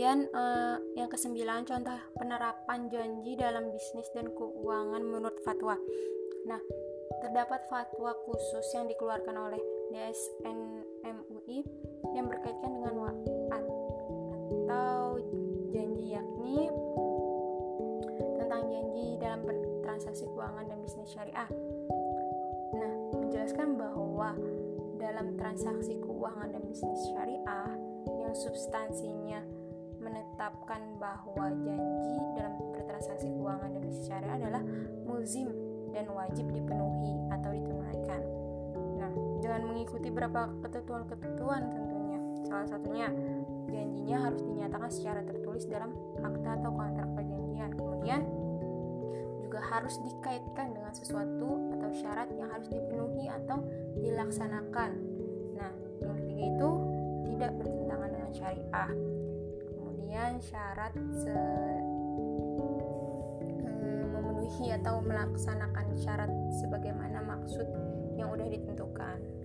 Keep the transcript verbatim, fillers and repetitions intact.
Kemudian eh, yang kesembilan, contoh penerapan janji dalam bisnis dan keuangan menurut fatwa. Nah, terdapat fatwa khusus yang dikeluarkan oleh D S N M U I yang berkaitan dengan wa'ad atau janji, yakni tentang janji dalam transaksi keuangan dan bisnis syariah. Nah, menjelaskan bahwa dalam transaksi keuangan dan bisnis syariah yang substansinya menetapkan bahwa janji dalam bertransaksi keuangan dan bisnis syariah adalah mulzim dan wajib dipenuhi atau ditunaikan. Nah, dengan mengikuti beberapa ketentuan-ketentuan tentunya. Salah satunya, janjinya harus dinyatakan secara tertulis dalam akta atau kontrak perjanjian. Kemudian juga harus dikaitkan dengan sesuatu atau syarat yang harus dipenuhi atau dilaksanakan. Nah, yang ketiga itu tidak bertentangan dengan syariah. Kemudian syarat se- memenuhi atau melaksanakan syarat sebagaimana maksud yang sudah ditentukan.